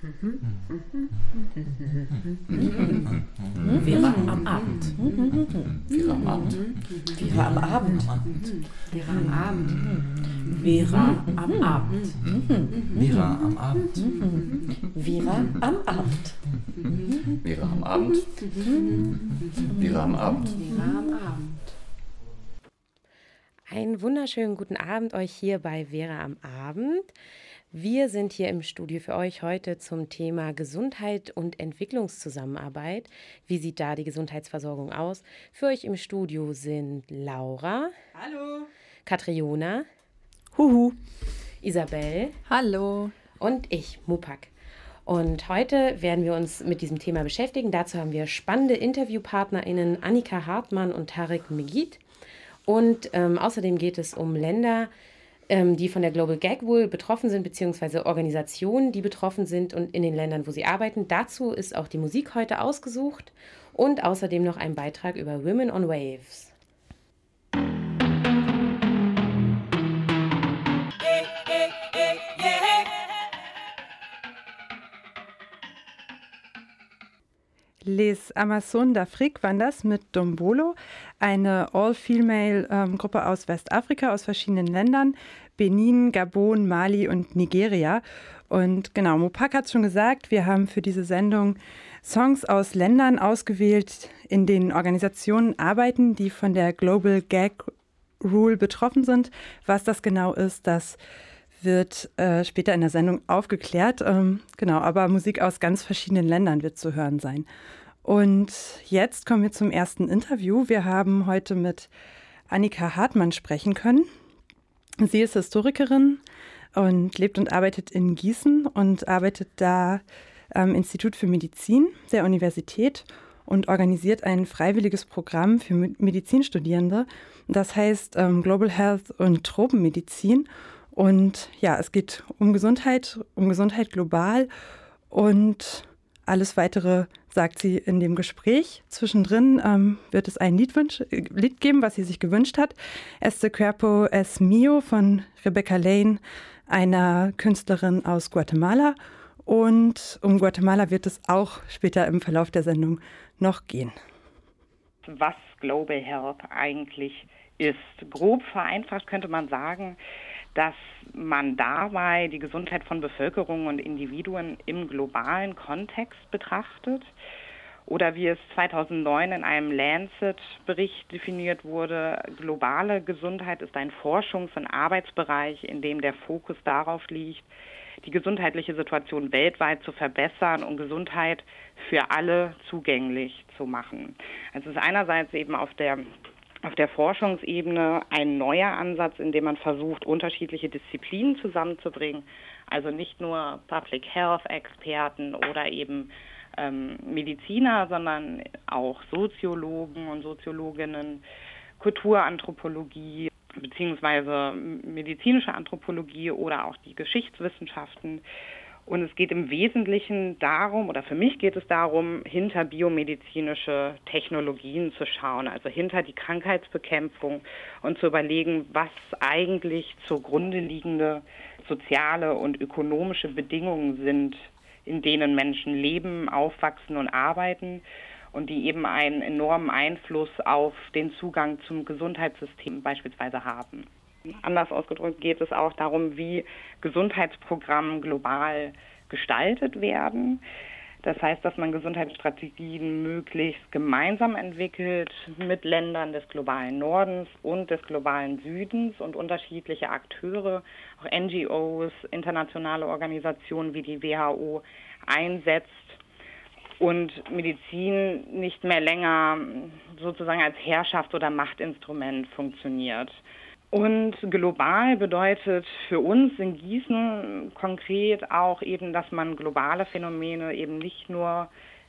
Vera am Abend. Vera am Abend. Vera am Abend. Vera am Abend. Vera am Abend. Vera am Abend. Vera am Abend. Vera am Abend. Vera am Abend. Vera am Abend. Einen wunderschönen guten Abend euch hier bei Vera am Abend. Wir sind hier im Studio für euch heute zum Thema Gesundheit und Entwicklungszusammenarbeit. Wie sieht da die Gesundheitsversorgung aus? Für euch im Studio sind Laura. Hallo. Katriona. Huhu. Isabel. Hallo. Und ich, Mupak. Und heute werden wir uns mit diesem Thema beschäftigen. Dazu haben wir spannende InterviewpartnerInnen Annika Hartmann und Tarek Megid. Und außerdem geht es um Länder, die von der Global Gag Rule betroffen sind, beziehungsweise Organisationen, die betroffen sind und in den Ländern, wo sie arbeiten. Dazu ist auch die Musik heute ausgesucht und außerdem noch ein Beitrag über Women on Waves. Les Amazones d'Afrique waren das mit Dombolo, eine All-Female-Gruppe aus Westafrika, aus verschiedenen Ländern, Benin, Gabon, Mali und Nigeria. Und genau, Mupak hat es schon gesagt, wir haben für diese Sendung Songs aus Ländern ausgewählt, in denen Organisationen arbeiten, die von der Global Gag Rule betroffen sind. Was das genau ist, das wird später in der Sendung aufgeklärt. Genau, aber Musik aus ganz verschiedenen Ländern wird zu hören sein. Und jetzt kommen wir zum ersten Interview. Wir haben heute mit Annika Hartmann sprechen können. Sie ist Historikerin und lebt und arbeitet in Gießen und arbeitet da am Institut für Medizin der Universität und organisiert ein freiwilliges Programm für Medizinstudierende. Das heißt Global Health und Tropenmedizin. Und ja, es geht um Gesundheit global und alles Weitere sagt sie in dem Gespräch. Zwischendrin wird es ein Lied geben, was sie sich gewünscht hat. Este Cuerpo es Mio von Rebecca Lane, einer Künstlerin aus Guatemala. Und um Guatemala wird es auch später im Verlauf der Sendung noch gehen. Was Global Health eigentlich ist. Grob vereinfacht könnte man sagen, dass man dabei die Gesundheit von Bevölkerung und Individuen im globalen Kontext betrachtet. Oder wie es 2009 in einem Lancet-Bericht definiert wurde, globale Gesundheit ist ein Forschungs- und Arbeitsbereich, in dem der Fokus darauf liegt, die gesundheitliche Situation weltweit zu verbessern und Gesundheit für alle zugänglich zu machen. Also es ist einerseits eben auf der Forschungsebene ein neuer Ansatz, in dem man versucht, unterschiedliche Disziplinen zusammenzubringen. Also nicht nur Public Health Experten oder eben Mediziner, sondern auch Soziologen und Soziologinnen, Kulturanthropologie beziehungsweise medizinische Anthropologie oder auch die Geschichtswissenschaften. Und es geht im Wesentlichen darum, oder für mich geht es darum, hinter biomedizinische Technologien zu schauen, also hinter die Krankheitsbekämpfung und zu überlegen, was eigentlich zugrunde liegende soziale und ökonomische Bedingungen sind, in denen Menschen leben, aufwachsen und arbeiten und die eben einen enormen Einfluss auf den Zugang zum Gesundheitssystem beispielsweise haben. Anders ausgedrückt geht es auch darum, wie Gesundheitsprogramme global gestaltet werden. Das heißt, dass man Gesundheitsstrategien möglichst gemeinsam entwickelt mit Ländern des globalen Nordens und des globalen Südens und unterschiedliche Akteure, auch NGOs, internationale Organisationen wie die WHO einsetzt und Medizin nicht mehr länger sozusagen als Herrschafts- oder Machtinstrument funktioniert. Und global bedeutet für uns in Gießen konkret auch eben, dass man globale Phänomene eben nicht nur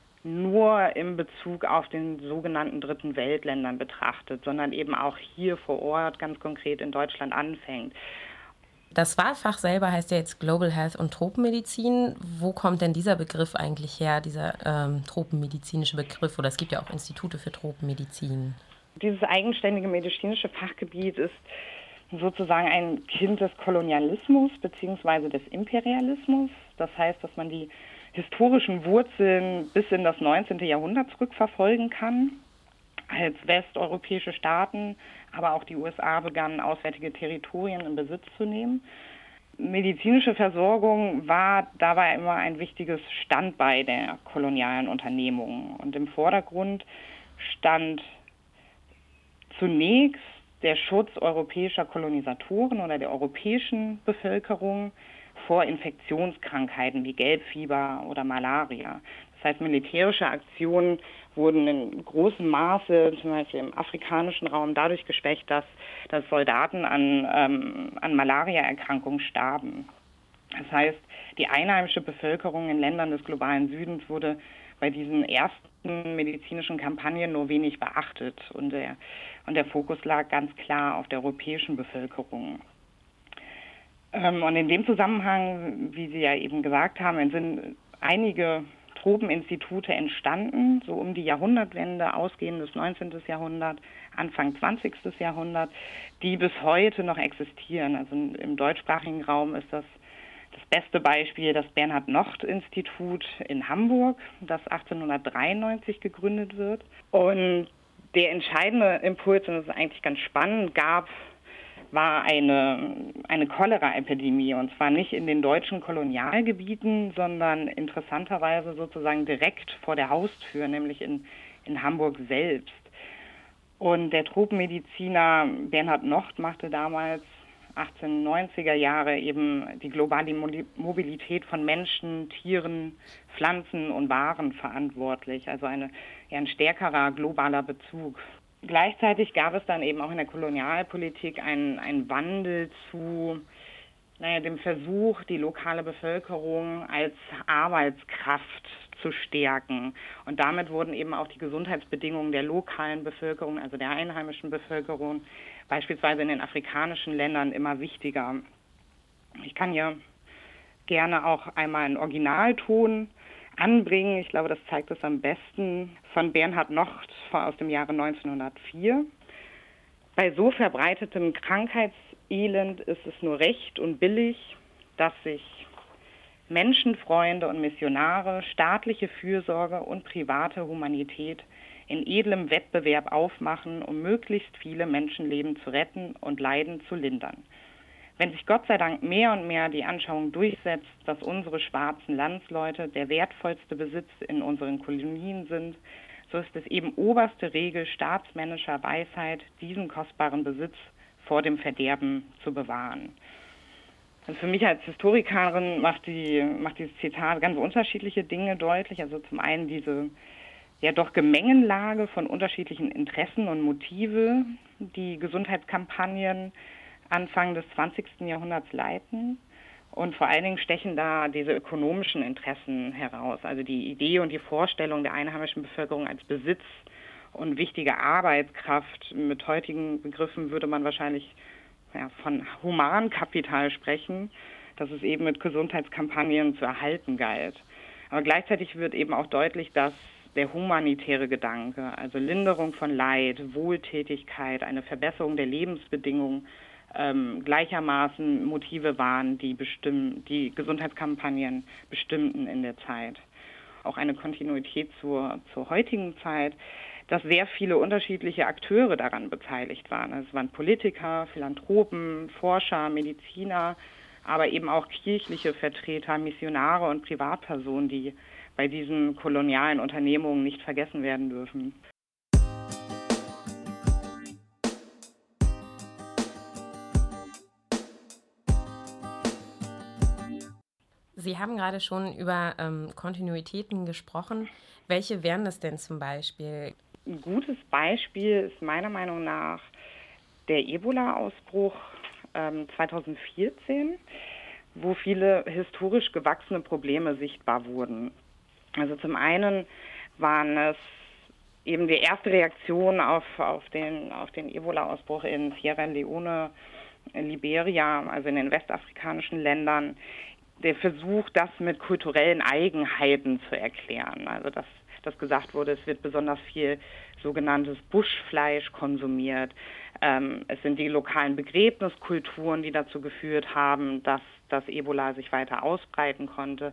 in Bezug auf den sogenannten Dritten Weltländern betrachtet, sondern eben auch hier vor Ort ganz konkret in Deutschland anfängt. Das Wahlfach selber heißt ja jetzt Global Health und Tropenmedizin. Wo kommt denn dieser Begriff eigentlich her, dieser tropenmedizinische Begriff? Oder es gibt ja auch Institute für Tropenmedizin. Dieses eigenständige medizinische Fachgebiet ist sozusagen ein Kind des Kolonialismus bzw. des Imperialismus. Das heißt, dass man die historischen Wurzeln bis in das 19. Jahrhundert zurückverfolgen kann, als westeuropäische Staaten, aber auch die USA begannen, auswärtige Territorien in Besitz zu nehmen. Medizinische Versorgung war dabei immer ein wichtiges Standbein der kolonialen Unternehmungen. Und im Vordergrund stand zunächst der Schutz europäischer Kolonisatoren oder der europäischen Bevölkerung vor Infektionskrankheiten wie Gelbfieber oder Malaria. Das heißt, militärische Aktionen wurden in großem Maße, zum Beispiel im afrikanischen Raum, dadurch geschwächt, dass Soldaten an Malariaerkrankungen starben. Das heißt, die einheimische Bevölkerung in Ländern des globalen Südens wurde bei diesen ersten medizinischen Kampagnen nur wenig beachtet. Und der Fokus lag ganz klar auf der europäischen Bevölkerung. Und in dem Zusammenhang, wie Sie ja eben gesagt haben, sind einige Tropeninstitute entstanden, so um die Jahrhundertwende, ausgehendes 19. Jahrhundert, Anfang 20. Jahrhundert, die bis heute noch existieren. Also im deutschsprachigen Raum ist das beste Beispiel das Bernhard-Nocht-Institut in Hamburg, das 1893 gegründet wird. Und der entscheidende Impuls, und das ist eigentlich ganz spannend, war eine Cholera-Epidemie, und zwar nicht in den deutschen Kolonialgebieten, sondern interessanterweise sozusagen direkt vor der Haustür, nämlich in Hamburg selbst. Und der Tropenmediziner Bernhard Nocht machte damals 1890er Jahre eben die globale Mobilität von Menschen, Tieren, Pflanzen und Waren verantwortlich, also ein stärkerer globaler Bezug. Gleichzeitig gab es dann eben auch in der Kolonialpolitik einen Wandel zu dem Versuch, die lokale Bevölkerung als Arbeitskraft zu stärken. Und damit wurden eben auch die Gesundheitsbedingungen der lokalen Bevölkerung, also der einheimischen Bevölkerung, beispielsweise in den afrikanischen Ländern, immer wichtiger. Ich kann hier gerne auch einmal einen Originalton anbringen. Ich glaube, das zeigt es am besten, von Bernhard Nocht aus dem Jahre 1904. Bei so verbreitetem Krankheitselend ist es nur recht und billig, dass sich Menschenfreunde und Missionare, staatliche Fürsorge und private Humanität in edlem Wettbewerb aufmachen, um möglichst viele Menschenleben zu retten und Leiden zu lindern. Wenn sich Gott sei Dank mehr und mehr die Anschauung durchsetzt, dass unsere schwarzen Landsleute der wertvollste Besitz in unseren Kolonien sind, so ist es eben oberste Regel staatsmännischer Weisheit, diesen kostbaren Besitz vor dem Verderben zu bewahren. Also für mich als Historikerin macht dieses Zitat ganz unterschiedliche Dinge deutlich. Also zum einen diese doch Gemengenlage von unterschiedlichen Interessen und Motive, die Gesundheitskampagnen Anfang des 20. Jahrhunderts leiten. Und vor allen Dingen stechen da diese ökonomischen Interessen heraus. Also die Idee und die Vorstellung der einheimischen Bevölkerung als Besitz und wichtige Arbeitskraft. Mit heutigen Begriffen würde man wahrscheinlich von Humankapital sprechen, dass es eben mit Gesundheitskampagnen zu erhalten galt. Aber gleichzeitig wird eben auch deutlich, dass der humanitäre Gedanke, also Linderung von Leid, Wohltätigkeit, eine Verbesserung der Lebensbedingungen, gleichermaßen Motive waren, die Gesundheitskampagnen bestimmten in der Zeit. Auch eine Kontinuität zur heutigen Zeit, dass sehr viele unterschiedliche Akteure daran beteiligt waren. Also es waren Politiker, Philanthropen, Forscher, Mediziner, aber eben auch kirchliche Vertreter, Missionare und Privatpersonen, die bei diesen kolonialen Unternehmungen nicht vergessen werden dürfen. Sie haben gerade schon über Kontinuitäten gesprochen. Welche wären das denn zum Beispiel? Ein gutes Beispiel ist meiner Meinung nach der Ebola-Ausbruch 2014, wo viele historisch gewachsene Probleme sichtbar wurden. Also zum einen waren es eben die erste Reaktion auf den Ebola-Ausbruch in Sierra Leone, Liberia, also in den westafrikanischen Ländern, der Versuch, das mit kulturellen Eigenheiten zu erklären. Also dass gesagt wurde, es wird besonders viel sogenanntes Buschfleisch konsumiert. Es sind die lokalen Begräbniskulturen, die dazu geführt haben, dass das Ebola sich weiter ausbreiten konnte.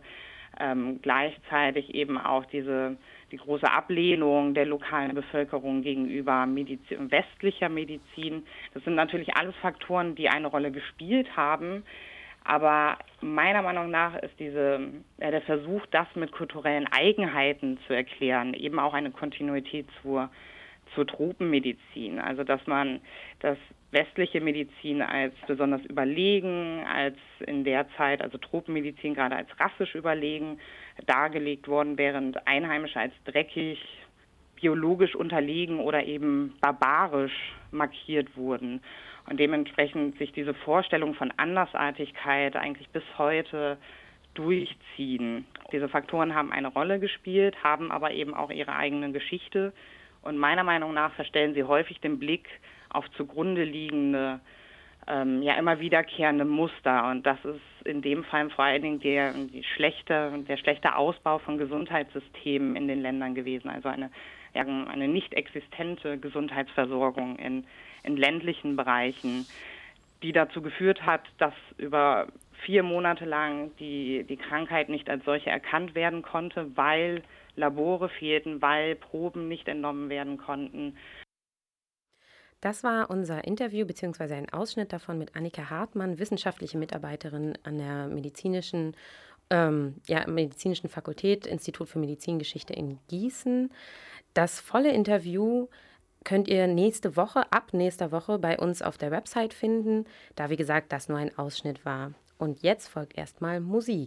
Gleichzeitig eben auch die große Ablehnung der lokalen Bevölkerung gegenüber westlicher Medizin. Das sind natürlich alles Faktoren, die eine Rolle gespielt haben. Aber meiner Meinung nach ist der Versuch, das mit kulturellen Eigenheiten zu erklären, eben auch eine Kontinuität zur Tropenmedizin. Also dass westliche Medizin als besonders überlegen, als in der Zeit, also Tropenmedizin gerade als rassisch überlegen dargelegt worden, während Einheimische als dreckig, biologisch unterlegen oder eben barbarisch markiert wurden. Und dementsprechend sich diese Vorstellung von Andersartigkeit eigentlich bis heute durchziehen. Diese Faktoren haben eine Rolle gespielt, haben aber eben auch ihre eigene Geschichte. Und meiner Meinung nach verstellen sie häufig den Blick auf zugrunde liegende, immer wiederkehrende Muster. Und das ist in dem Fall vor allen Dingen der schlechte Ausbau von Gesundheitssystemen in den Ländern gewesen. Also eine nicht existente Gesundheitsversorgung in ländlichen Bereichen, die dazu geführt hat, dass über 4 Monate lang die Krankheit nicht als solche erkannt werden konnte, weil Labore fehlten, weil Proben nicht entnommen werden konnten. Das war unser Interview bzw. ein Ausschnitt davon mit Annika Hartmann, wissenschaftliche Mitarbeiterin an der medizinischen Fakultät, Institut für Medizingeschichte in Gießen. Das volle Interview könnt ihr ab nächster Woche bei uns auf der Website finden, da wie gesagt das nur ein Ausschnitt war. Und jetzt folgt erstmal Musik.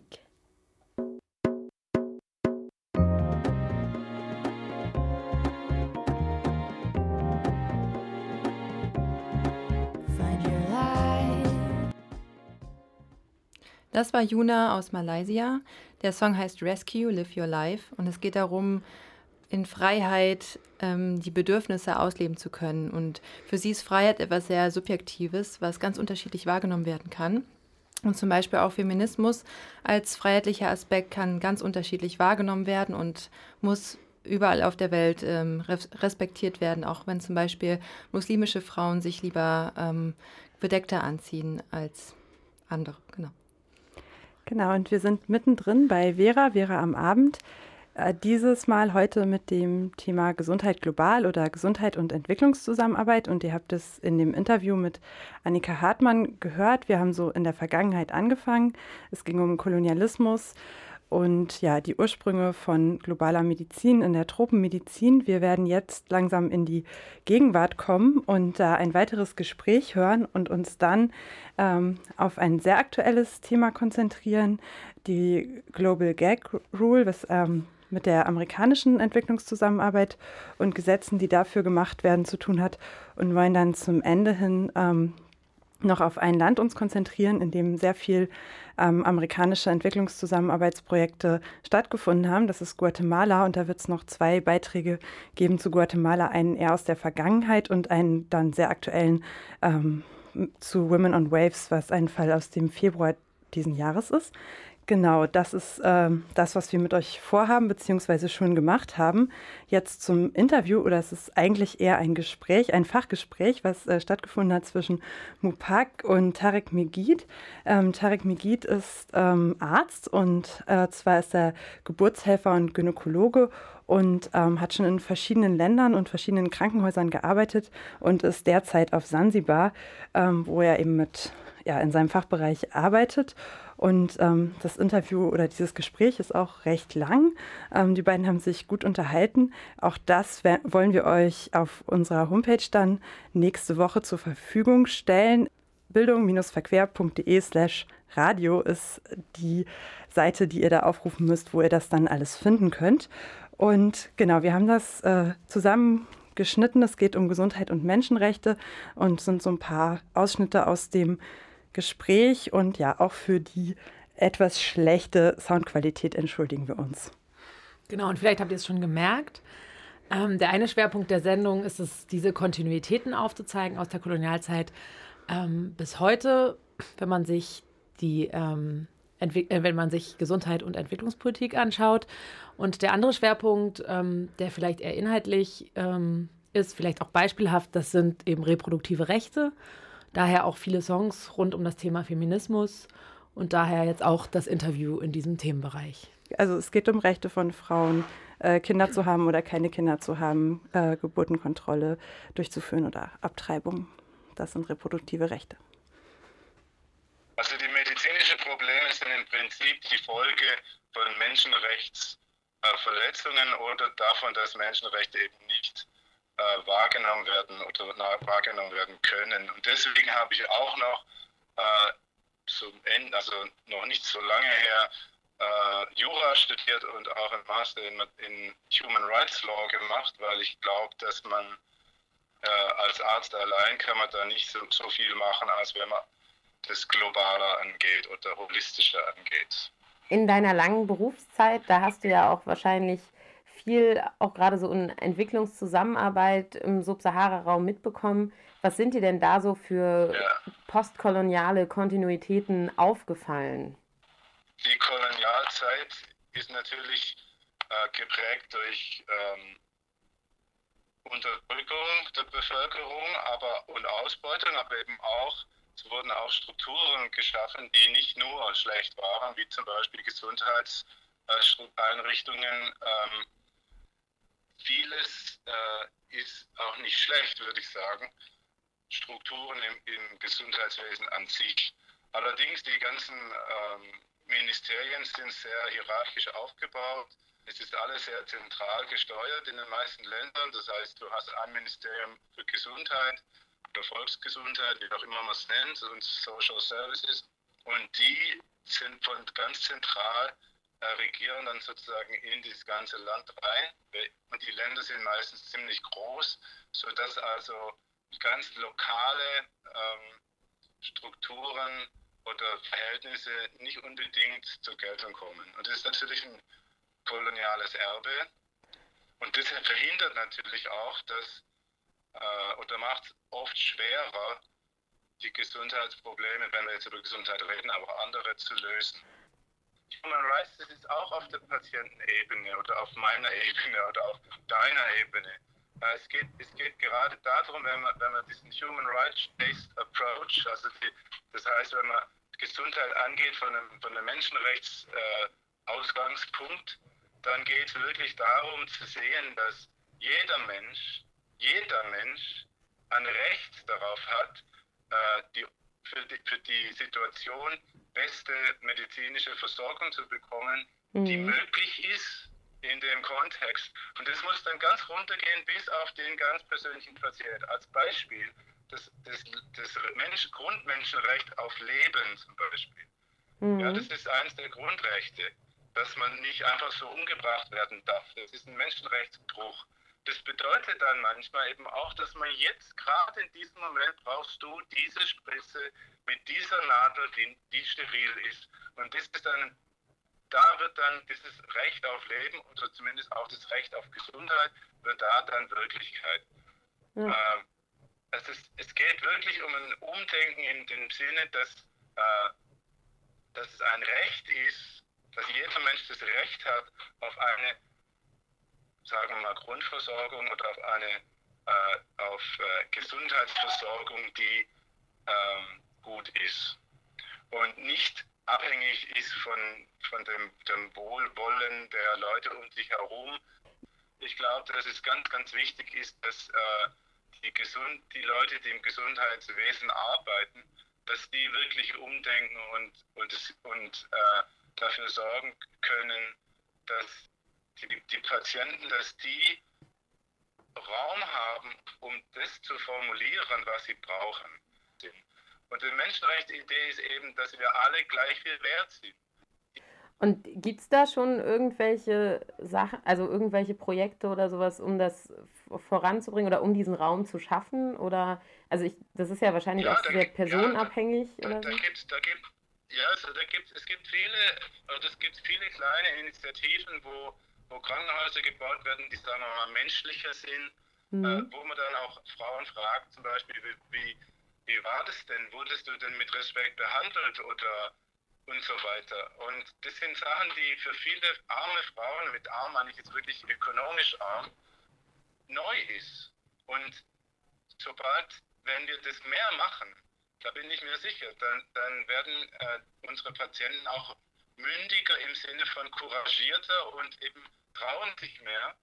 Das war Yuna aus Malaysia. Der Song heißt Rescue, Live Your Life. Und es geht darum, in Freiheit die Bedürfnisse ausleben zu können. Und für sie ist Freiheit etwas sehr Subjektives, was ganz unterschiedlich wahrgenommen werden kann. Und zum Beispiel auch Feminismus als freiheitlicher Aspekt kann ganz unterschiedlich wahrgenommen werden und muss überall auf der Welt respektiert werden, auch wenn zum Beispiel muslimische Frauen sich lieber bedeckter anziehen als andere. Genau, und wir sind mittendrin bei Vera am Abend. Dieses Mal heute mit dem Thema Gesundheit global oder Gesundheit und Entwicklungszusammenarbeit. Und ihr habt es in dem Interview mit Annika Hartmann gehört. Wir haben so in der Vergangenheit angefangen. Es ging um Kolonialismus und ja, die Ursprünge von globaler Medizin in der Tropenmedizin. Wir werden jetzt langsam in die Gegenwart kommen und ein weiteres Gespräch hören und uns dann auf ein sehr aktuelles Thema konzentrieren, die Global Gag Rule, was mit der amerikanischen Entwicklungszusammenarbeit und Gesetzen, die dafür gemacht werden, zu tun hat, und wollen dann zum Ende hin noch auf ein Land uns konzentrieren, in dem sehr viel amerikanische Entwicklungszusammenarbeitsprojekte stattgefunden haben. Das ist Guatemala, und da wird es noch 2 Beiträge geben zu Guatemala, einen eher aus der Vergangenheit und einen dann sehr aktuellen zu Women on Waves, was ein Fall aus dem Februar diesen Jahres ist. Genau, das ist das, was wir mit euch vorhaben bzw. schon gemacht haben. Jetzt zum Interview, oder es ist eigentlich eher ein Gespräch, ein Fachgespräch, was stattgefunden hat zwischen Mupak und Tarek Megid. Tarek Megid ist Arzt, und zwar ist er Geburtshelfer und Gynäkologe und hat schon in verschiedenen Ländern und verschiedenen Krankenhäusern gearbeitet und ist derzeit auf Sansibar, wo er eben in seinem Fachbereich arbeitet. Und das Interview oder dieses Gespräch ist auch recht lang. Die beiden haben sich gut unterhalten. Auch das wollen wir euch auf unserer Homepage dann nächste Woche zur Verfügung stellen. bildung-verquer.de/radio ist die Seite, die ihr da aufrufen müsst, wo ihr das dann alles finden könnt. Und genau, wir haben das zusammengeschnitten. Es geht um Gesundheit und Menschenrechte und sind so ein paar Ausschnitte aus dem Gespräch, und ja, auch für die etwas schlechte Soundqualität entschuldigen wir uns. Genau, und vielleicht habt ihr es schon gemerkt, der eine Schwerpunkt der Sendung ist es, diese Kontinuitäten aufzuzeigen aus der Kolonialzeit bis heute, wenn man sich wenn man sich Gesundheit und Entwicklungspolitik anschaut. Und der andere Schwerpunkt, der vielleicht eher inhaltlich ist, vielleicht auch beispielhaft, das sind eben reproduktive Rechte. Daher auch viele Songs rund um das Thema Feminismus und daher jetzt auch das Interview in diesem Themenbereich. Also es geht um Rechte von Frauen, Kinder zu haben oder keine Kinder zu haben, Geburtenkontrolle durchzuführen oder Abtreibung. Das sind reproduktive Rechte. Also die medizinischen Probleme sind im Prinzip die Folge von Menschenrechtsverletzungen oder davon, dass Menschenrechte eben nicht wahrgenommen werden oder wahrgenommen werden können. Und deswegen habe ich auch noch zum Ende, also noch nicht so lange her, Jura studiert und auch ein Master in Human Rights Law gemacht, weil ich glaube, dass man als Arzt allein kann man da nicht so viel machen, als wenn man das Globaler angeht oder Holistische angeht. In deiner langen Berufszeit, da hast du ja auch wahrscheinlich viel, auch gerade so in Entwicklungszusammenarbeit im Subsahara-Raum mitbekommen. Was sind dir denn da so für postkoloniale Kontinuitäten aufgefallen? Die Kolonialzeit ist natürlich geprägt durch Unterdrückung der Bevölkerung und Ausbeutung, aber eben auch, es wurden auch Strukturen geschaffen, die nicht nur schlecht waren, wie zum Beispiel Gesundheitseinrichtungen. Vieles ist auch nicht schlecht, würde ich sagen. Strukturen im Gesundheitswesen an sich. Allerdings die ganzen Ministerien sind sehr hierarchisch aufgebaut. Es ist alles sehr zentral gesteuert in den meisten Ländern. Das heißt, du hast ein Ministerium für Gesundheit oder Volksgesundheit, wie auch immer man es nennt, und Social Services. Und die sind von ganz zentral regieren dann sozusagen in dieses ganze Land rein. Und die Länder sind meistens ziemlich groß, sodass also ganz lokale Strukturen oder Verhältnisse nicht unbedingt zur Geltung kommen. Und das ist natürlich ein koloniales Erbe. Und das verhindert natürlich auch, dass oder macht es oft schwerer, die Gesundheitsprobleme, wenn wir jetzt über Gesundheit reden, aber andere zu lösen. Human Rights, das ist auch auf der Patientenebene oder auf meiner Ebene oder auf deiner Ebene. Es geht gerade darum, wenn man diesen Human Rights-Based Approach, also das heißt, wenn man Gesundheit angeht von einem Menschenrechtsausgangspunkt, dann geht es wirklich darum zu sehen, dass jeder Mensch ein Recht darauf hat, für die Situation beste medizinische Versorgung zu bekommen, die möglich ist in dem Kontext. Und das muss dann ganz runtergehen bis auf den ganz persönlichen Patient. Als Beispiel das Grundmenschenrecht auf Leben zum Beispiel. Ja, das ist eines der Grundrechte, dass man nicht einfach so umgebracht werden darf. Das ist ein Menschenrechtsbruch. Das bedeutet dann manchmal eben auch, dass man jetzt, gerade in diesem Moment, brauchst du diese Spritze mit dieser Nadel, die steril ist. Und das ist dann, da wird dann dieses Recht auf Leben oder zumindest auch das Recht auf Gesundheit, wird da dann Wirklichkeit. Ja. Es geht wirklich um ein Umdenken in dem Sinne, dass es ein Recht ist, dass jeder Mensch das Recht hat auf eine, sagen wir mal, Grundversorgung oder auf Gesundheitsversorgung, die gut ist und nicht abhängig ist von dem Wohlwollen der Leute um sich herum. Ich glaube, dass es ganz, ganz wichtig ist, dass die Leute, die im Gesundheitswesen arbeiten, dass die wirklich umdenken und dafür sorgen können, dass die Patienten, dass die Raum haben, um das zu formulieren, was sie brauchen. Und die Menschenrechtsidee ist eben, dass wir alle gleich viel wert sind. Und gibt es da schon irgendwelche Sachen, also irgendwelche Projekte oder sowas, um das voranzubringen oder um diesen Raum zu schaffen? Oder, also das ist ja wahrscheinlich auch sehr personenabhängig. Es gibt viele kleine Initiativen, wo Krankenhäuser gebaut werden, die, sagen wir mal, menschlicher sind, wo man dann auch Frauen fragt, zum Beispiel, wie war das denn? Wurdest du denn mit Respekt behandelt oder und so weiter? Und das sind Sachen, die für viele arme Frauen, mit arm meine ich jetzt wirklich ökonomisch arm, neu ist. Und wenn wir das mehr machen, da bin ich mir sicher, dann werden unsere Patienten auch mündiger im Sinne von couragierter und eben trauen sich mehr.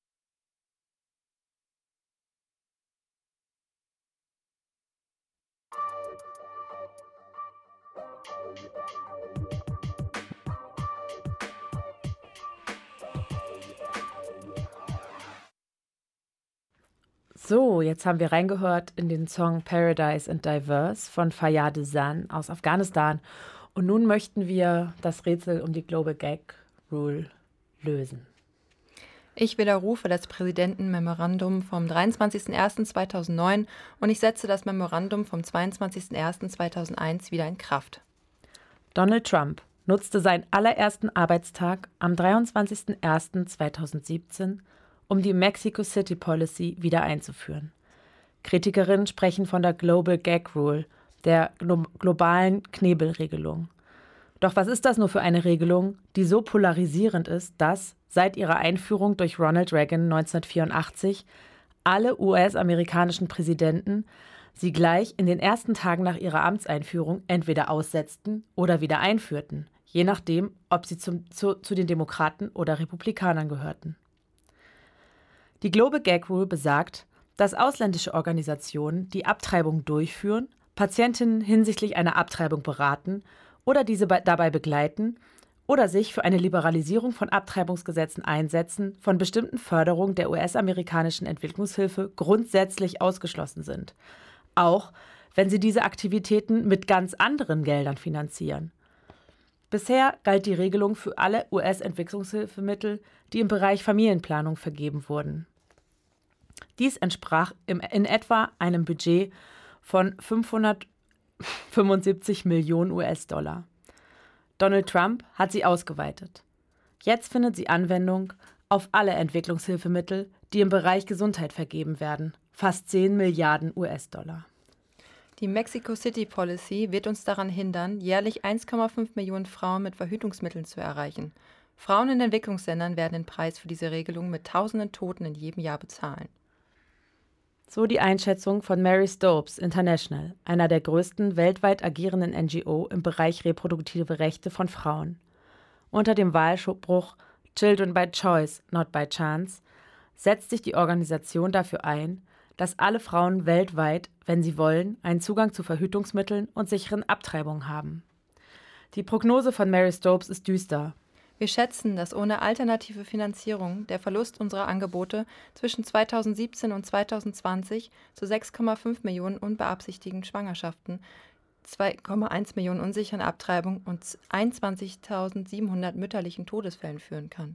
So, jetzt haben wir reingehört in den Song Paradise and Diverse von Fayyad Zan aus Afghanistan. Und nun möchten wir das Rätsel um die Global Gag Rule lösen. Ich widerrufe das Präsidentenmemorandum vom 23.01.2009 und ich setze das Memorandum vom 22.01.2001 wieder in Kraft. Donald Trump nutzte seinen allerersten Arbeitstag am 23.01.2017, um die Mexico City Policy wieder einzuführen. Kritikerinnen sprechen von der Global Gag Rule, der globalen Knebelregelung. Doch was ist das nur für eine Regelung, die so polarisierend ist, dass seit ihrer Einführung durch Ronald Reagan 1984 alle US-amerikanischen Präsidenten sie gleich in den ersten Tagen nach ihrer Amtseinführung entweder aussetzten oder wieder einführten, je nachdem, ob sie zu den Demokraten oder Republikanern gehörten. Die Global Gag Rule besagt, dass ausländische Organisationen, die Abtreibung durchführen, Patientinnen hinsichtlich einer Abtreibung beraten oder diese dabei begleiten oder sich für eine Liberalisierung von Abtreibungsgesetzen einsetzen, von bestimmten Förderungen der US-amerikanischen Entwicklungshilfe grundsätzlich ausgeschlossen sind, auch wenn sie diese Aktivitäten mit ganz anderen Geldern finanzieren. Bisher galt die Regelung für alle US-Entwicklungshilfemittel, die im Bereich Familienplanung vergeben wurden. Dies entsprach in etwa einem Budget von 575 Millionen US-Dollar. Donald Trump hat sie ausgeweitet. Jetzt findet sie Anwendung auf alle Entwicklungshilfemittel, die im Bereich Gesundheit vergeben werden, fast 10 Milliarden US-Dollar. Die Mexico City Policy wird uns daran hindern, jährlich 1,5 Millionen Frauen mit Verhütungsmitteln zu erreichen. Frauen in Entwicklungsländern werden den Preis für diese Regelung mit tausenden Toten in jedem Jahr bezahlen. So die Einschätzung von Mary Stopes International, einer der größten weltweit agierenden NGO im Bereich reproduktive Rechte von Frauen. Unter dem Wahlspruch Children by Choice, not by Chance setzt sich die Organisation dafür ein, dass alle Frauen weltweit, wenn sie wollen, einen Zugang zu Verhütungsmitteln und sicheren Abtreibungen haben. Die Prognose von Mary Stopes ist düster. Wir schätzen, dass ohne alternative Finanzierung der Verlust unserer Angebote zwischen 2017 und 2020 zu 6,5 Millionen unbeabsichtigten Schwangerschaften, 2,1 Millionen unsicheren Abtreibungen und 21.700 mütterlichen Todesfällen führen kann.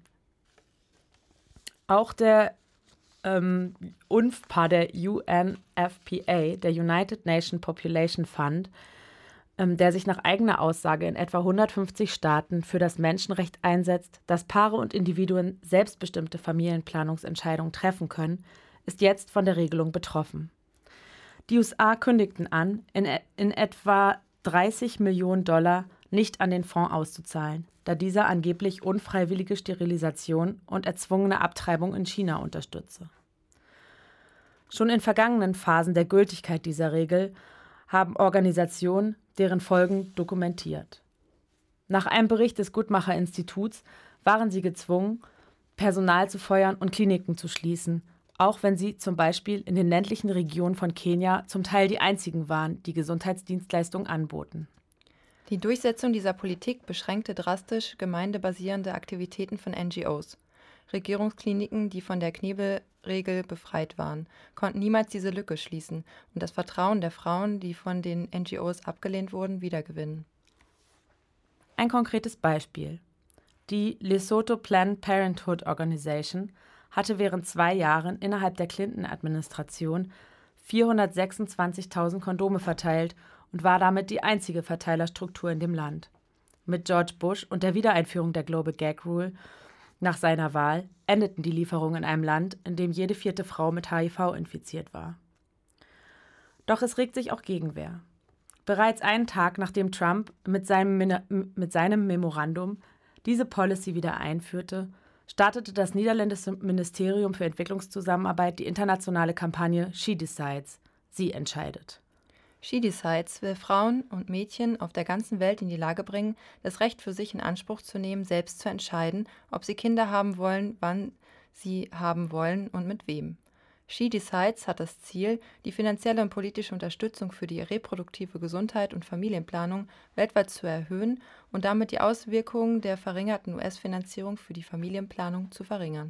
Auch der UNFPA, der UNFPA, der United Nations Population Fund, der sich nach eigener Aussage in etwa 150 Staaten für das Menschenrecht einsetzt, dass Paare und Individuen selbstbestimmte Familienplanungsentscheidungen treffen können, ist jetzt von der Regelung betroffen. Die USA kündigten an, in etwa 30 Millionen Dollar nicht an den Fonds auszuzahlen, da dieser angeblich unfreiwillige Sterilisation und erzwungene Abtreibung in China unterstütze. Schon in vergangenen Phasen der Gültigkeit dieser Regel haben Organisationen deren Folgen dokumentiert. Nach einem Bericht des Guttmacher-Instituts waren sie gezwungen, Personal zu feuern und Kliniken zu schließen, auch wenn sie zum Beispiel in den ländlichen Regionen von Kenia zum Teil die einzigen waren, die Gesundheitsdienstleistungen anboten. Die Durchsetzung dieser Politik beschränkte drastisch gemeindebasierende Aktivitäten von NGOs. Regierungskliniken, die von der Knebelregel befreit waren, konnten niemals diese Lücke schließen und das Vertrauen der Frauen, die von den NGOs abgelehnt wurden, wiedergewinnen. Ein konkretes Beispiel. Die Lesotho Planned Parenthood Organization hatte während 2 Jahren innerhalb der Clinton-Administration 426.000 Kondome verteilt und war damit die einzige Verteilerstruktur in dem Land. Mit George Bush und der Wiedereinführung der Global Gag Rule nach seiner Wahl endeten die Lieferungen in einem Land, in dem jede 4. Frau mit HIV infiziert war. Doch es regt sich auch Gegenwehr. Bereits einen Tag nachdem Trump mit seinem Memorandum diese Policy wieder einführte, startete das niederländische Ministerium für Entwicklungszusammenarbeit die internationale Kampagne She Decides, sie entscheidet. She Decides will Frauen und Mädchen auf der ganzen Welt in die Lage bringen, das Recht für sich in Anspruch zu nehmen, selbst zu entscheiden, ob sie Kinder haben wollen, wann sie haben wollen und mit wem. She Decides hat das Ziel, die finanzielle und politische Unterstützung für die reproduktive Gesundheit und Familienplanung weltweit zu erhöhen und damit die Auswirkungen der verringerten US-Finanzierung für die Familienplanung zu verringern.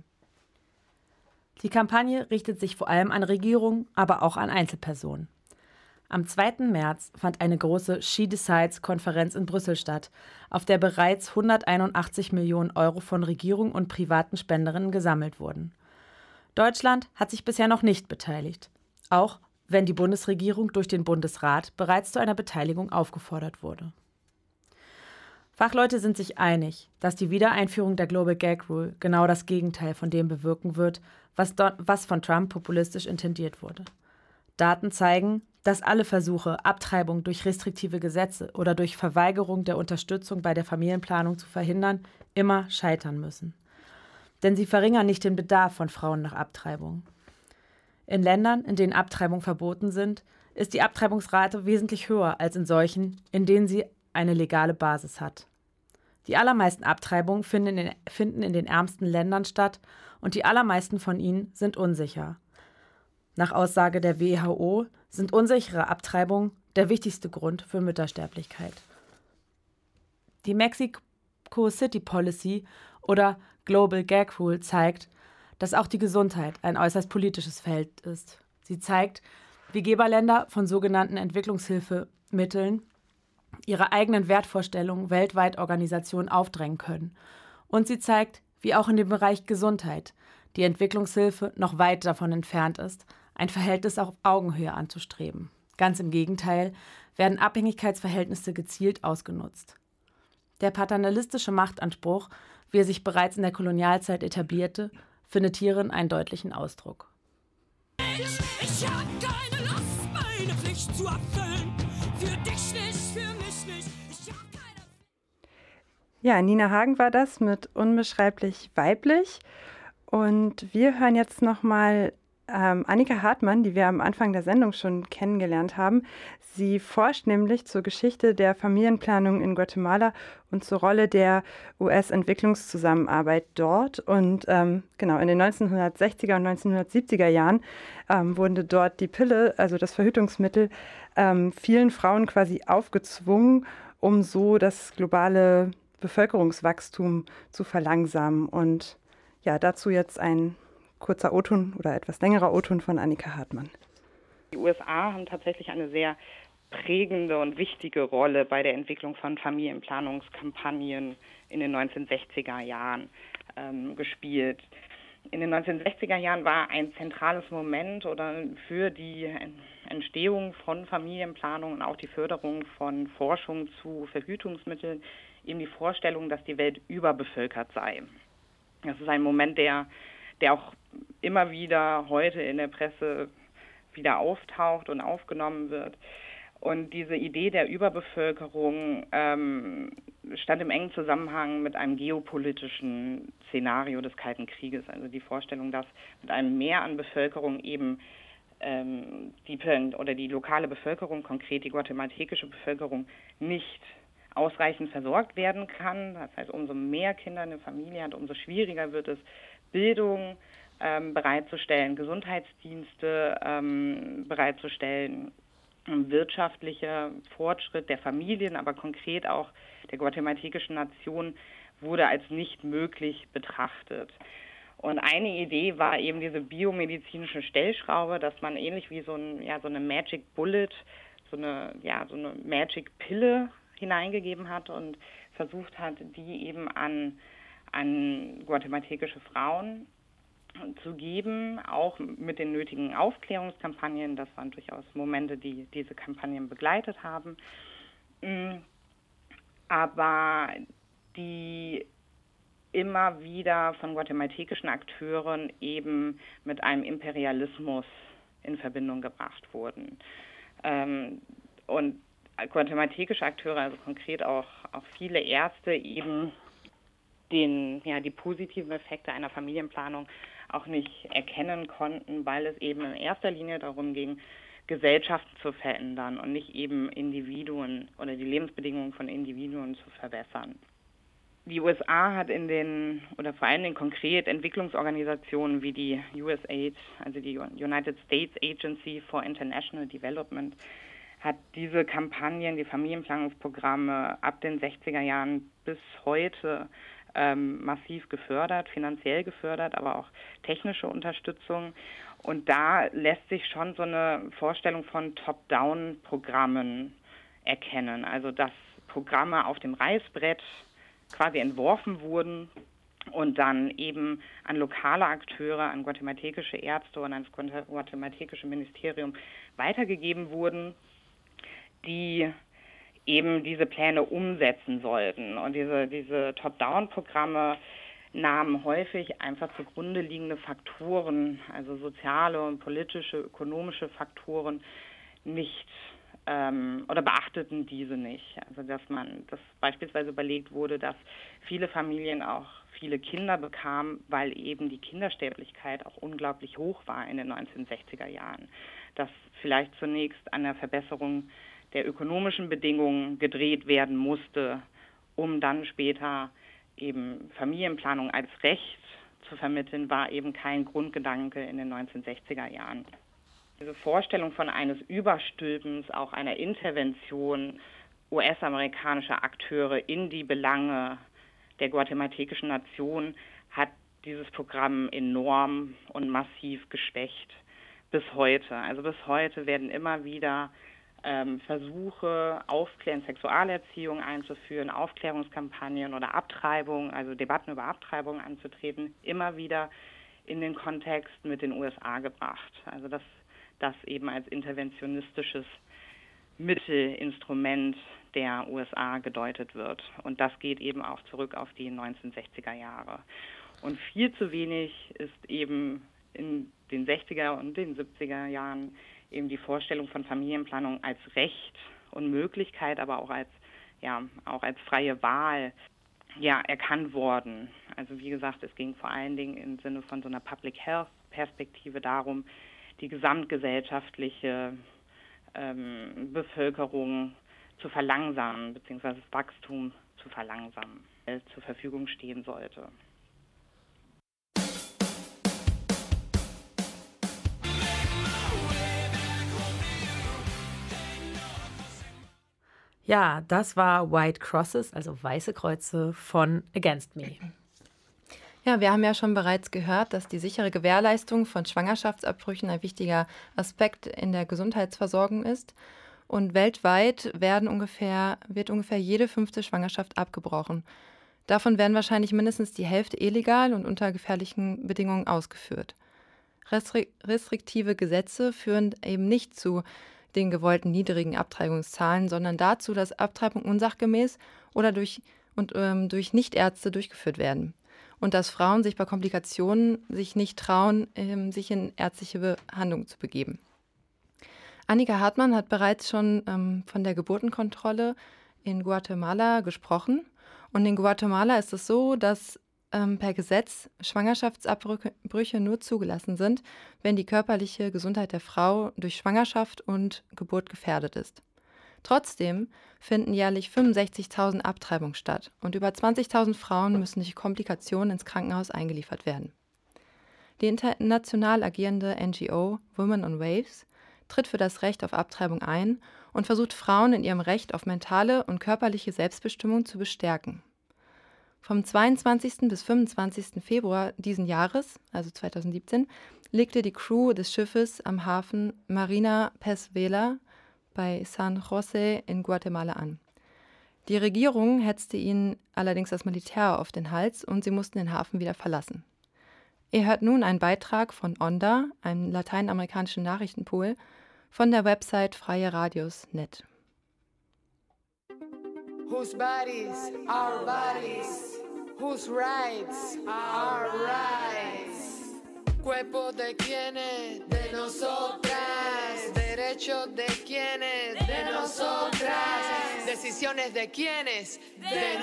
Die Kampagne richtet sich vor allem an Regierungen, aber auch an Einzelpersonen. Am 2. März fand eine große She Decides-Konferenz in Brüssel statt, auf der bereits 181 Millionen Euro von Regierung und privaten Spenderinnen gesammelt wurden. Deutschland hat sich bisher noch nicht beteiligt, auch wenn die Bundesregierung durch den Bundesrat bereits zu einer Beteiligung aufgefordert wurde. Fachleute sind sich einig, dass die Wiedereinführung der Global Gag Rule genau das Gegenteil von dem bewirken wird, was von Trump populistisch intendiert wurde. Daten zeigen, dass alle Versuche, Abtreibung durch restriktive Gesetze oder durch Verweigerung der Unterstützung bei der Familienplanung zu verhindern, immer scheitern müssen. Denn sie verringern nicht den Bedarf von Frauen nach Abtreibung. In Ländern, in denen Abtreibung verboten sind, ist die Abtreibungsrate wesentlich höher als in solchen, in denen sie eine legale Basis hat. Die allermeisten Abtreibungen finden in den ärmsten Ländern statt und die allermeisten von ihnen sind unsicher. Nach Aussage der WHO sind unsichere Abtreibungen der wichtigste Grund für Müttersterblichkeit. Die Mexico City Policy oder Global Gag Rule zeigt, dass auch die Gesundheit ein äußerst politisches Feld ist. Sie zeigt, wie Geberländer von sogenannten Entwicklungshilfemitteln ihre eigenen Wertvorstellungen weltweit Organisationen aufdrängen können. Und sie zeigt, wie auch in dem Bereich Gesundheit die Entwicklungshilfe noch weit davon entfernt ist, ein Verhältnis auf Augenhöhe anzustreben. Ganz im Gegenteil werden Abhängigkeitsverhältnisse gezielt ausgenutzt. Der paternalistische Machtanspruch, wie er sich bereits in der Kolonialzeit etablierte, findet hierin einen deutlichen Ausdruck. Ich hab keine Lust, meine Pflicht zu erfüllen. Für dich nicht, für mich nicht. Ich hab keine. Ja, Nina Hagen war das mit Unbeschreiblich weiblich. Und wir hören jetzt nochmal Annika Hartmann, die wir am Anfang der Sendung schon kennengelernt haben. Sie forscht nämlich zur Geschichte der Familienplanung in Guatemala und zur Rolle der US-Entwicklungszusammenarbeit dort. Und genau, in den 1960er und 1970er Jahren wurde dort die Pille, also das Verhütungsmittel, vielen Frauen quasi aufgezwungen, um so das globale Bevölkerungswachstum zu verlangsamen. Und ja, dazu jetzt ein kurzer O-Ton oder etwas längerer O-Ton von Annika Hartmann. Die USA haben tatsächlich eine sehr prägende und wichtige Rolle bei der Entwicklung von Familienplanungskampagnen in den 1960er Jahren gespielt. In den 1960er Jahren war ein zentrales Moment oder für die Entstehung von Familienplanung und auch die Förderung von Forschung zu Verhütungsmitteln eben die Vorstellung, dass die Welt überbevölkert sei. Das ist ein Moment, der auch immer wieder heute in der Presse wieder auftaucht und aufgenommen wird. Und diese Idee der Überbevölkerung stand im engen Zusammenhang mit einem geopolitischen Szenario des Kalten Krieges. Also die Vorstellung, dass mit einem Mehr an Bevölkerung eben die lokale Bevölkerung, konkret die guatemaltekische Bevölkerung, nicht ausreichend versorgt werden kann. Das heißt, umso mehr Kinder eine Familie hat, umso schwieriger wird es, Bildung bereitzustellen, Gesundheitsdienste bereitzustellen, wirtschaftlicher Fortschritt der Familien, aber konkret auch der guatemaltekischen Nation wurde als nicht möglich betrachtet. Und eine Idee war eben diese biomedizinische Stellschraube, dass man ähnlich wie so eine Magic Bullet, so eine Magic Pille hineingegeben hat und versucht hat, die eben an guatemaltekische Frauen zu geben, auch mit den nötigen Aufklärungskampagnen. Das waren durchaus Momente, die diese Kampagnen begleitet haben. Aber die immer wieder von guatemaltekischen Akteuren eben mit einem Imperialismus in Verbindung gebracht wurden. Und guatemaltekische Akteure, also konkret auch viele Ärzte, eben die positiven Effekte einer Familienplanung auch nicht erkennen konnten, weil es eben in erster Linie darum ging, Gesellschaften zu verändern und nicht eben Individuen oder die Lebensbedingungen von Individuen zu verbessern. Die USA hat oder vor allen Dingen konkret Entwicklungsorganisationen wie die USAID, also die United States Agency for International Development, hat diese Kampagnen, die Familienplanungsprogramme ab den 60er Jahren bis heute massiv gefördert, finanziell gefördert, aber auch technische Unterstützung. Und da lässt sich schon so eine Vorstellung von Top-Down-Programmen erkennen. Also dass Programme auf dem Reißbrett quasi entworfen wurden und dann eben an lokale Akteure, an guatemaltekische Ärzte und ans guatemaltekische Ministerium weitergegeben wurden, die eben diese Pläne umsetzen sollten. Und diese Top-Down-Programme nahmen häufig einfach zugrunde liegende Faktoren, also soziale und politische, ökonomische Faktoren nicht oder beachteten diese nicht. Also dass beispielsweise überlegt wurde, dass viele Familien auch viele Kinder bekamen, weil eben die Kindersterblichkeit auch unglaublich hoch war in den 1960er Jahren. Dass vielleicht zunächst an der Verbesserung der ökonomischen Bedingungen gedreht werden musste, um dann später eben Familienplanung als Recht zu vermitteln, war eben kein Grundgedanke in den 1960er Jahren. Diese Vorstellung von eines Überstülpens, auch einer Intervention US-amerikanischer Akteure in die Belange der guatemaltekischen Nation hat dieses Programm enorm und massiv geschwächt bis heute. Also bis heute werden immer wieder Versuche, Sexualerziehung einzuführen, Aufklärungskampagnen oder Abtreibung, also Debatten über Abtreibung anzutreten, immer wieder in den Kontext mit den USA gebracht. Also das eben als interventionistisches Mittelinstrument der USA gedeutet wird. Und das geht eben auch zurück auf die 1960er Jahre. Und viel zu wenig ist eben in den 60er und den 70er Jahren eben die Vorstellung von Familienplanung als Recht und Möglichkeit, aber auch als freie Wahl erkannt worden. Also wie gesagt, es ging vor allen Dingen im Sinne von so einer Public Health Perspektive darum, die gesamtgesellschaftliche Bevölkerung zu verlangsamen, beziehungsweise das Wachstum zu verlangsamen, zur Verfügung stehen sollte. Ja, das war White Crosses, also weiße Kreuze von Against Me. Ja, wir haben ja schon bereits gehört, dass die sichere Gewährleistung von Schwangerschaftsabbrüchen ein wichtiger Aspekt in der Gesundheitsversorgung ist. Und weltweit wird ungefähr jede 5. Schwangerschaft abgebrochen. Davon werden wahrscheinlich mindestens die Hälfte illegal und unter gefährlichen Bedingungen ausgeführt. Restriktive Gesetze führen eben nicht zu den gewollten niedrigen Abtreibungszahlen, sondern dazu, dass Abtreibungen unsachgemäß oder durch Nichtärzte durchgeführt werden. Und dass Frauen sich bei Komplikationen nicht trauen, sich in ärztliche Behandlung zu begeben. Annika Hartmann hat bereits schon von der Geburtenkontrolle in Guatemala gesprochen. Und in Guatemala ist es so, dass per Gesetz Schwangerschaftsabbrüche nur zugelassen sind, wenn die körperliche Gesundheit der Frau durch Schwangerschaft und Geburt gefährdet ist. Trotzdem finden jährlich 65.000 Abtreibungen statt und über 20.000 Frauen müssen durch Komplikationen ins Krankenhaus eingeliefert werden. Die international agierende NGO Women on Waves tritt für das Recht auf Abtreibung ein und versucht Frauen in ihrem Recht auf mentale und körperliche Selbstbestimmung zu bestärken. Vom 22. bis 25. Februar diesen Jahres, also 2017, legte die Crew des Schiffes am Hafen Marina Pezuela bei San José in Guatemala an. Die Regierung hetzte ihnen allerdings das Militär auf den Hals und sie mussten den Hafen wieder verlassen. Ihr hört nun einen Beitrag von Onda, einem lateinamerikanischen Nachrichtenpool, von der Website freieradios.net. Whose bodies are bodies, whose rights are rights. Cuerpo de quienes, de nosotras. Derechos de quienes, de nosotras. Decisiones de quienes, de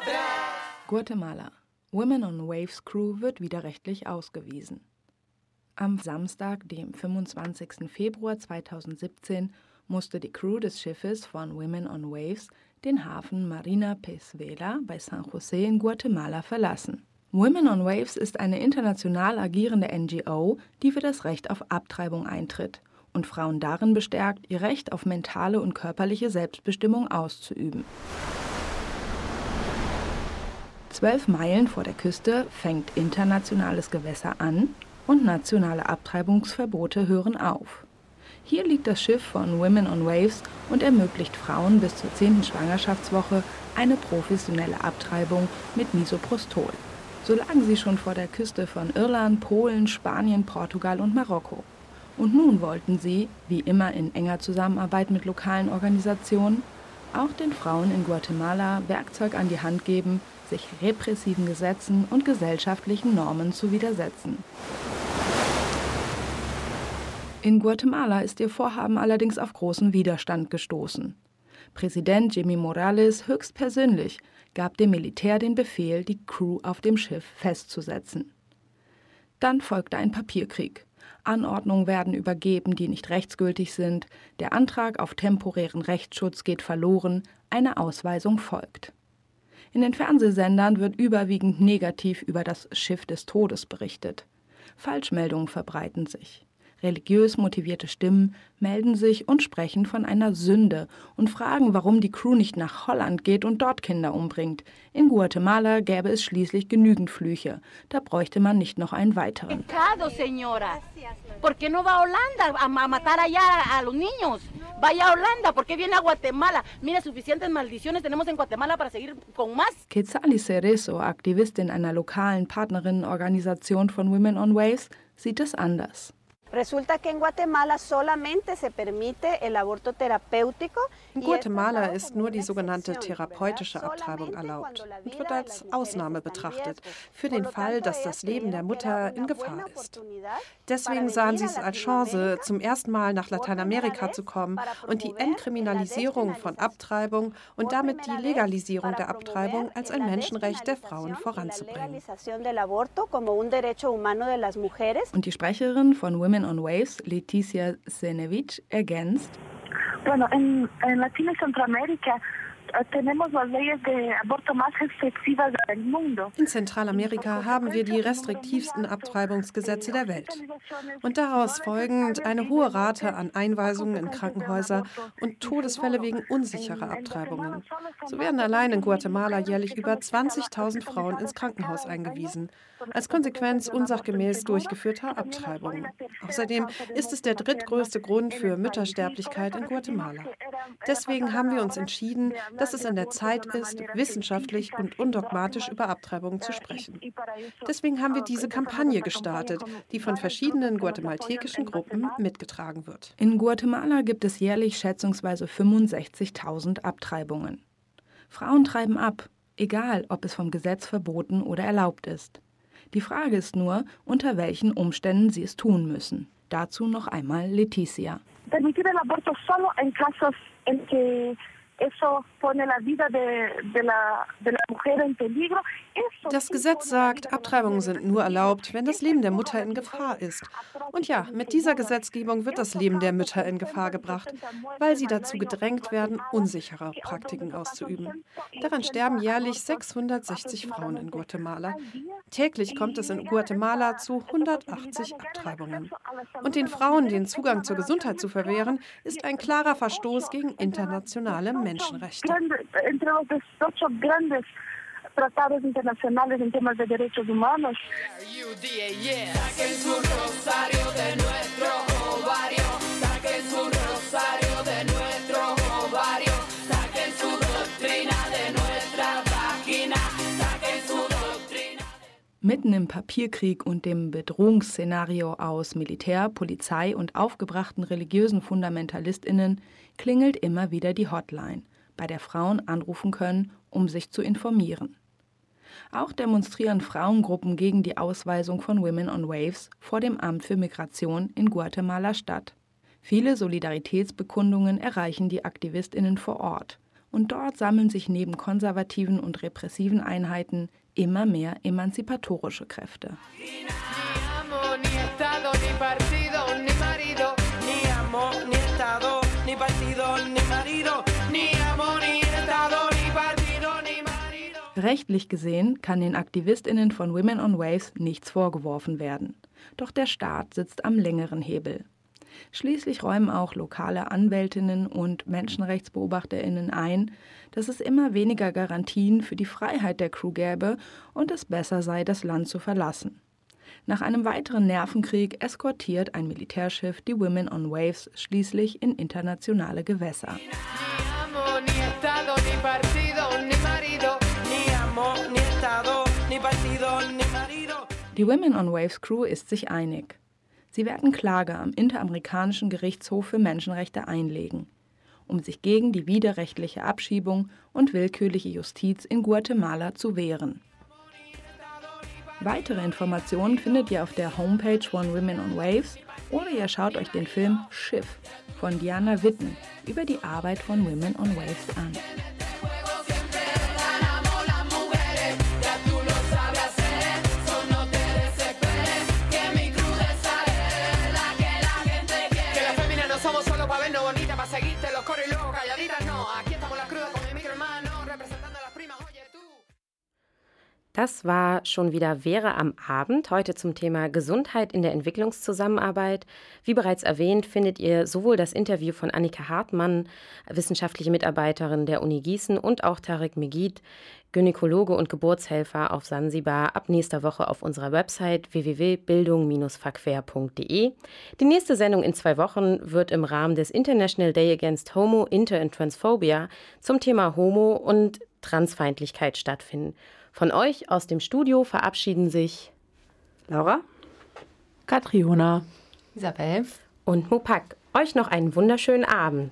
nosotras. Guatemala. Women on Waves Crew wird widerrechtlich ausgewiesen. Am Samstag, dem 25. Februar 2017, musste die Crew des Schiffes von Women on Waves den Hafen Marina Pezuela bei San José in Guatemala verlassen. Women on Waves ist eine international agierende NGO, die für das Recht auf Abtreibung eintritt und Frauen darin bestärkt, ihr Recht auf mentale und körperliche Selbstbestimmung auszuüben. 12 Meilen vor der Küste fängt internationales Gewässer an und nationale Abtreibungsverbote hören auf. Hier liegt das Schiff von Women on Waves und ermöglicht Frauen bis zur 10. Schwangerschaftswoche eine professionelle Abtreibung mit Misoprostol. So lagen sie schon vor der Küste von Irland, Polen, Spanien, Portugal und Marokko. Und nun wollten sie, wie immer in enger Zusammenarbeit mit lokalen Organisationen, auch den Frauen in Guatemala Werkzeug an die Hand geben, sich repressiven Gesetzen und gesellschaftlichen Normen zu widersetzen. In Guatemala ist ihr Vorhaben allerdings auf großen Widerstand gestoßen. Präsident Jimmy Morales höchstpersönlich gab dem Militär den Befehl, die Crew auf dem Schiff festzusetzen. Dann folgte ein Papierkrieg. Anordnungen werden übergeben, die nicht rechtsgültig sind, der Antrag auf temporären Rechtsschutz geht verloren, eine Ausweisung folgt. In den Fernsehsendern wird überwiegend negativ über das Schiff des Todes berichtet. Falschmeldungen verbreiten sich. Religiös motivierte Stimmen melden sich und sprechen von einer Sünde und fragen, warum die Crew nicht nach Holland geht und dort Kinder umbringt. In Guatemala gäbe es schließlich genügend Flüche. Da bräuchte man nicht noch einen weiteren. ¿Por qué no va a Holanda a matar allá a los niños? Vaya a Holanda, ¿por qué viene a Guatemala? Mira, suficientes maldiciones tenemos en Guatemala para seguir con más. Quetzali Cerezo, Aktivistin einer lokalen Partnerinnenorganisation von Women on Waves, sieht es anders. Resulta que en Guatemala solamente se permite el aborto terapéutico. In Guatemala ist nur die sogenannte therapeutische Abtreibung erlaubt und wird als Ausnahme betrachtet, für den Fall, dass das Leben der Mutter in Gefahr ist. Deswegen sahen sie es als Chance, zum ersten Mal nach Lateinamerika zu kommen und die Entkriminalisierung von Abtreibung und damit die Legalisierung der Abtreibung als ein Menschenrecht der Frauen voranzubringen. Und die Sprecherin von Women on Waves, Leticia Zenevich, ergänzt: Bueno, en Latina y Centroamérica tenemos las leyes de aborto más restrictivas del mundo. In Zentralamerika haben wir die restriktivsten Abtreibungsgesetze der Welt. Und daraus folgend eine hohe Rate an Einweisungen in Krankenhäuser und Todesfälle wegen unsicherer Abtreibungen. So werden allein in Guatemala jährlich über 20.000 Frauen ins Krankenhaus eingewiesen, als Konsequenz unsachgemäß durchgeführter Abtreibungen. Außerdem ist es der drittgrößte Grund für Müttersterblichkeit in Guatemala. Deswegen haben wir uns entschieden, dass es an der Zeit ist, wissenschaftlich und undogmatisch über Abtreibungen zu sprechen. Deswegen haben wir diese Kampagne gestartet, die von verschiedenen guatemaltekischen Gruppen mitgetragen wird. In Guatemala gibt es jährlich schätzungsweise 65.000 Abtreibungen. Frauen treiben ab, egal ob es vom Gesetz verboten oder erlaubt ist. Die Frage ist nur, unter welchen Umständen sie es tun müssen. Dazu noch einmal Leticia. Permitir el aborto solo en casos en que eso pone la vida de la mujer en peligro. Das Gesetz sagt, Abtreibungen sind nur erlaubt, wenn das Leben der Mutter in Gefahr ist. Und ja, mit dieser Gesetzgebung wird das Leben der Mütter in Gefahr gebracht, weil sie dazu gedrängt werden, unsichere Praktiken auszuüben. Daran sterben jährlich 660 Frauen in Guatemala. Täglich kommt es in Guatemala zu 180 Abtreibungen. Und den Frauen den Zugang zur Gesundheit zu verwehren, ist ein klarer Verstoß gegen internationale Menschenrechte. Tratados internacionales en temas de derechos humanos. Saquen su rosario de nuestro ovario, saquen su rosario de nuestro ovario, saquen su doctrina de nuestra vagina, saquen su doctrina. Mitten im Papierkrieg und dem Bedrohungsszenario aus Militär, Polizei und aufgebrachten religiösen FundamentalistInnen klingelt immer wieder die Hotline, bei der Frauen anrufen können, um sich zu informieren. Auch demonstrieren Frauengruppen gegen die Ausweisung von Women on Waves vor dem Amt für Migration in Guatemala Stadt. Viele Solidaritätsbekundungen erreichen die AktivistInnen vor Ort. Und dort sammeln sich neben konservativen und repressiven Einheiten immer mehr emanzipatorische Kräfte. amo, ni Estado, ni partido, ni marido. Ni amo, ni Estado, ni partido, ni marido. Ni amo, ni Estado, ni partido, ni marido. Rechtlich gesehen kann den AktivistInnen von Women on Waves nichts vorgeworfen werden. Doch der Staat sitzt am längeren Hebel. Schließlich räumen auch lokale Anwältinnen und MenschenrechtsbeobachterInnen ein, dass es immer weniger Garantien für die Freiheit der Crew gäbe und es besser sei, das Land zu verlassen. Nach einem weiteren Nervenkrieg eskortiert ein Militärschiff die Women on Waves schließlich in internationale Gewässer. Die Women on Waves Crew ist sich einig. Sie werden Klage am Interamerikanischen Gerichtshof für Menschenrechte einlegen, um sich gegen die widerrechtliche Abschiebung und willkürliche Justiz in Guatemala zu wehren. Weitere Informationen findet ihr auf der Homepage von Women on Waves oder ihr schaut euch den Film Schiff von Diana Witten über die Arbeit von Women on Waves an. Das war schon wieder Vera am Abend, heute zum Thema Gesundheit in der Entwicklungszusammenarbeit. Wie bereits erwähnt, findet ihr sowohl das Interview von Annika Hartmann, wissenschaftliche Mitarbeiterin der Uni Gießen, und auch Tarek Megid, Gynäkologe und Geburtshelfer auf Sansibar, ab nächster Woche auf unserer Website www.bildung-verquer.de. Die nächste Sendung in 2 Wochen wird im Rahmen des International Day Against Homo, Inter and Transphobia zum Thema Homo- und Transfeindlichkeit stattfinden. Von euch aus dem Studio verabschieden sich Laura, Katriona, Isabel und Mopak. Euch noch einen wunderschönen Abend.